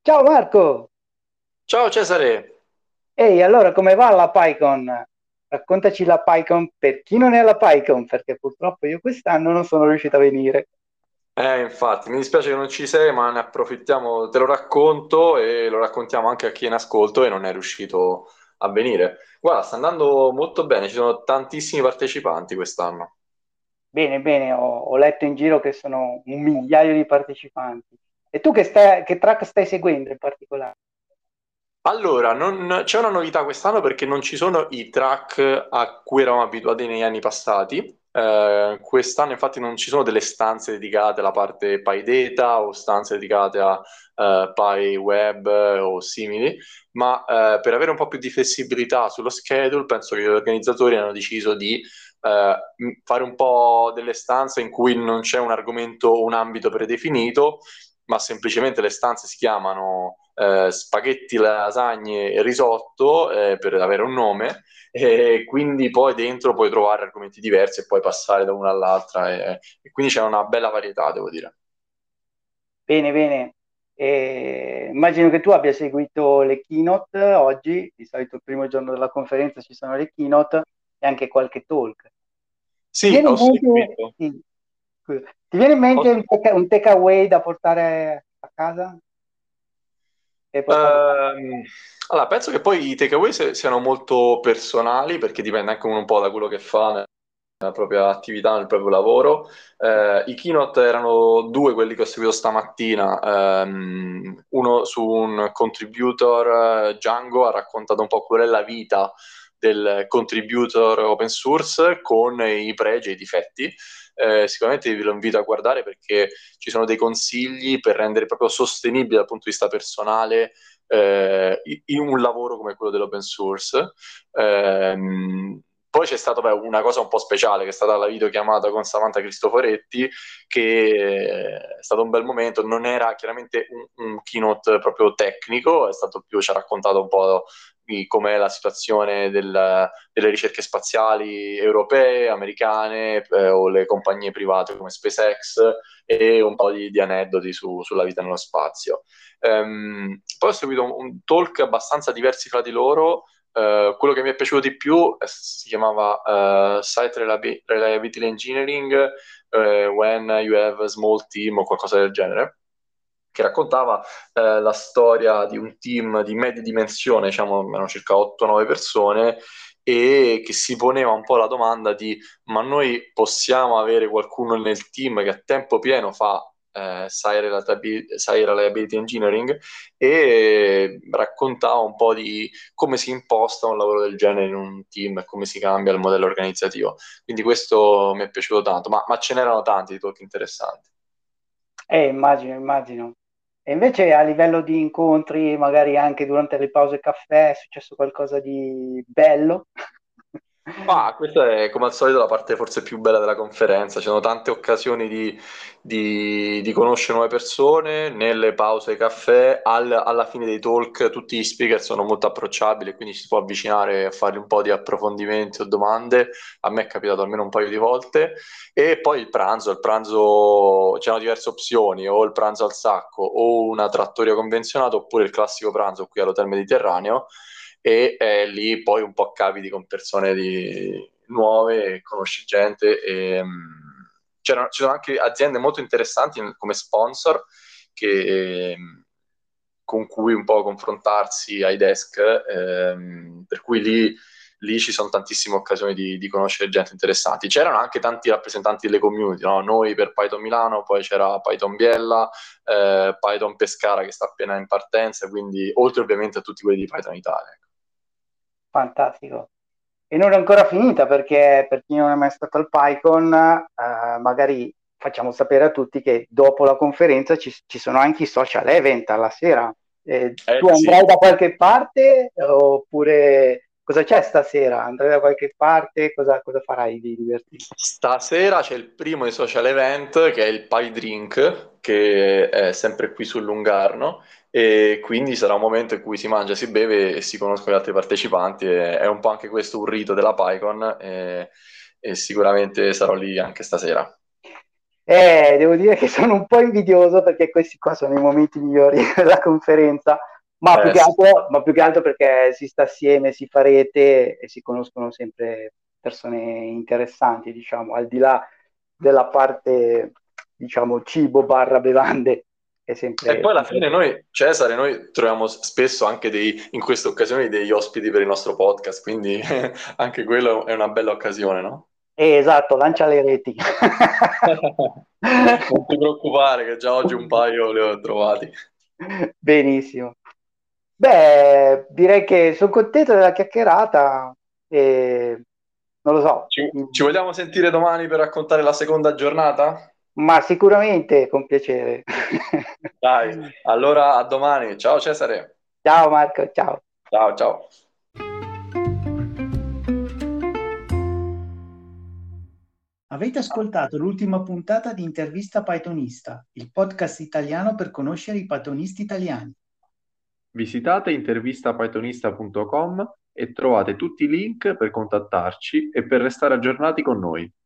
Ciao Marco! Ciao Cesare. Ehi, allora come va la PyCon? Raccontaci la PyCon per chi non è alla PyCon, perché purtroppo io quest'anno non sono riuscito a venire. Infatti, mi dispiace che non ci sei, ma ne approfittiamo, te lo racconto e lo raccontiamo anche a chi è in ascolto e non è riuscito a venire. Guarda, sta andando molto bene, ci sono tantissimi partecipanti quest'anno. Bene, bene, ho letto in giro che sono un migliaio di partecipanti. E tu che track stai seguendo in particolare? Allora, c'è una novità quest'anno perché non ci sono i track a cui eravamo abituati negli anni passati. Quest'anno infatti non ci sono delle stanze dedicate alla parte PyData o stanze dedicate a PyWeb o simili, ma per avere un po' più di flessibilità sullo schedule, penso che gli organizzatori hanno deciso di fare un po' delle stanze in cui non c'è un argomento o un ambito predefinito, ma semplicemente le stanze si chiamano spaghetti, lasagne e risotto, per avere un nome, e quindi poi dentro puoi trovare argomenti diversi e poi passare da una all'altra, e quindi c'è una bella varietà, devo dire. Bene, bene. Immagino che tu abbia seguito le keynote oggi, di solito il primo giorno della conferenza ci sono le keynote e anche qualche talk. Ti Sì, viene in ho mente, seguito. sì, scusa. Ti viene in Ho mente un takeaway da portare a casa? Che hai portato a casa? Ehm, allora, penso che poi i takeaway siano molto personali perché dipende anche un po' da quello che fa nella propria attività, nel proprio lavoro. I keynote erano due quelli che ho seguito stamattina. Uno su un contributor, Django, ha raccontato un po' qual è la vita del contributor open source con i pregi e i difetti. Sicuramente vi lo invito a guardare perché ci sono dei consigli per rendere proprio sostenibile dal punto di vista personale in un lavoro come quello dell'open source. Poi c'è stata una cosa un po' speciale che è stata la videochiamata con Samantha Cristoforetti, che è stato un bel momento, non era chiaramente un keynote proprio tecnico, è stato più, ci ha raccontato un po' di com'è la situazione delle ricerche spaziali europee, americane, o le compagnie private come SpaceX, e un po' di aneddoti sulla vita nello spazio. Poi ho seguito un talk abbastanza diversi fra di loro. Quello che mi è piaciuto di più si chiamava Site Reliability Engineering, When You Have a Small Team o qualcosa del genere, che raccontava la storia di un team di media dimensione, diciamo erano circa 8-9 persone, e che si poneva un po' la domanda di: ma noi possiamo avere qualcuno nel team che a tempo pieno fa Site Reliability Engineering? E raccontava un po' di come si imposta un lavoro del genere in un team e come si cambia il modello organizzativo. Quindi questo mi è piaciuto tanto, ma ce n'erano tanti di talk interessanti. Immagino, immagino. E invece a livello di incontri, magari anche durante le pause caffè, è successo qualcosa di bello? Ma questa è come al solito la parte forse più bella della conferenza. Ci sono tante occasioni di conoscere nuove persone nelle pause caffè. Alla fine dei talk tutti gli speaker sono molto approcciabili, quindi ci si può avvicinare a fare un po' di approfondimenti o domande. A me è capitato almeno un paio di volte. E poi il pranzo c'erano diverse opzioni: o il pranzo al sacco, o una trattoria convenzionata, oppure il classico pranzo qui all'Hotel Mediterraneo, e lì poi un po' capiti con persone nuove, conosci gente, e ci sono anche aziende molto interessanti come sponsor che, con cui un po' confrontarsi ai desk, per cui lì ci sono tantissime occasioni di conoscere gente interessanti. C'erano anche tanti rappresentanti delle community, no? Noi per Python Milano, poi c'era Python Biella, Python Pescara che sta appena in partenza, quindi oltre ovviamente a tutti quelli di Python Italia. Ecco. Fantastico. E non è ancora finita perché per chi non è mai stato al PyCon, magari facciamo sapere a tutti che dopo la conferenza ci sono anche i social event alla sera. Eh Tu sì, andrai da qualche parte oppure cosa c'è stasera? Andrai da qualche parte? Cosa farai di divertente? stasera c'è il primo dei social event che è il Pie Drink, che è sempre qui sul Lungarno, e quindi sarà un momento in cui si mangia, si beve e si conoscono gli altri partecipanti. È un po' anche questo un rito della PyCon, e sicuramente sarò lì anche stasera. Devo dire che sono un po' invidioso perché questi qua sono i momenti migliori della conferenza, Sì. ma più che altro perché si sta assieme, si fa rete e si conoscono sempre persone interessanti, diciamo, al di là della parte, diciamo, cibo barra bevande, è E sempre... poi alla fine noi, Cesare, noi troviamo spesso anche in queste occasioni degli ospiti per il nostro podcast, quindi anche quello è una bella occasione, no? esatto, lancia le reti. Non ti preoccupare che già oggi un paio li ho trovati. Benissimo. Beh, direi che sono contento della chiacchierata e non lo so, Ci vogliamo sentire domani per raccontare la seconda giornata? ma sicuramente con piacere. Dai, allora a domani. Ciao Cesare. Ciao Marco, ciao. Ciao, ciao. Avete ascoltato l'ultima puntata di Intervista Pythonista, il podcast italiano per conoscere i pythonisti italiani. Visitate intervistapythonista.com e trovate tutti i link per contattarci e per restare aggiornati con noi.